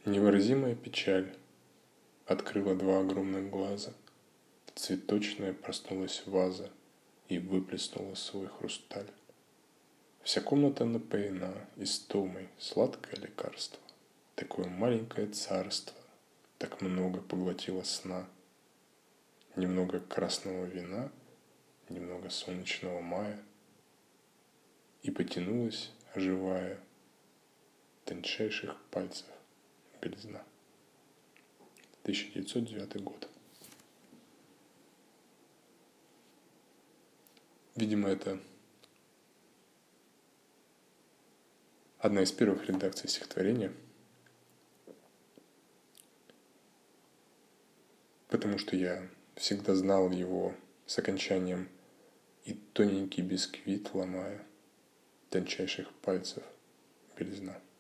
Невыразимая печаль открыла два огромных глаза. Цветочная проснулась ваза и выплеснула свой хрусталь. Вся комната напоена истомой, сладкое лекарство. Такое маленькое царство, так много поглотило сна. Немного красного вина, немного солнечного мая. И потянулась, оживая, тончайших пальцев белизна. 1909 год. Видимо, это одна из первых редакций стихотворения, потому что я всегда знал его с окончанием «и тоненький бисквит ломая, тончайших пальцев белизна».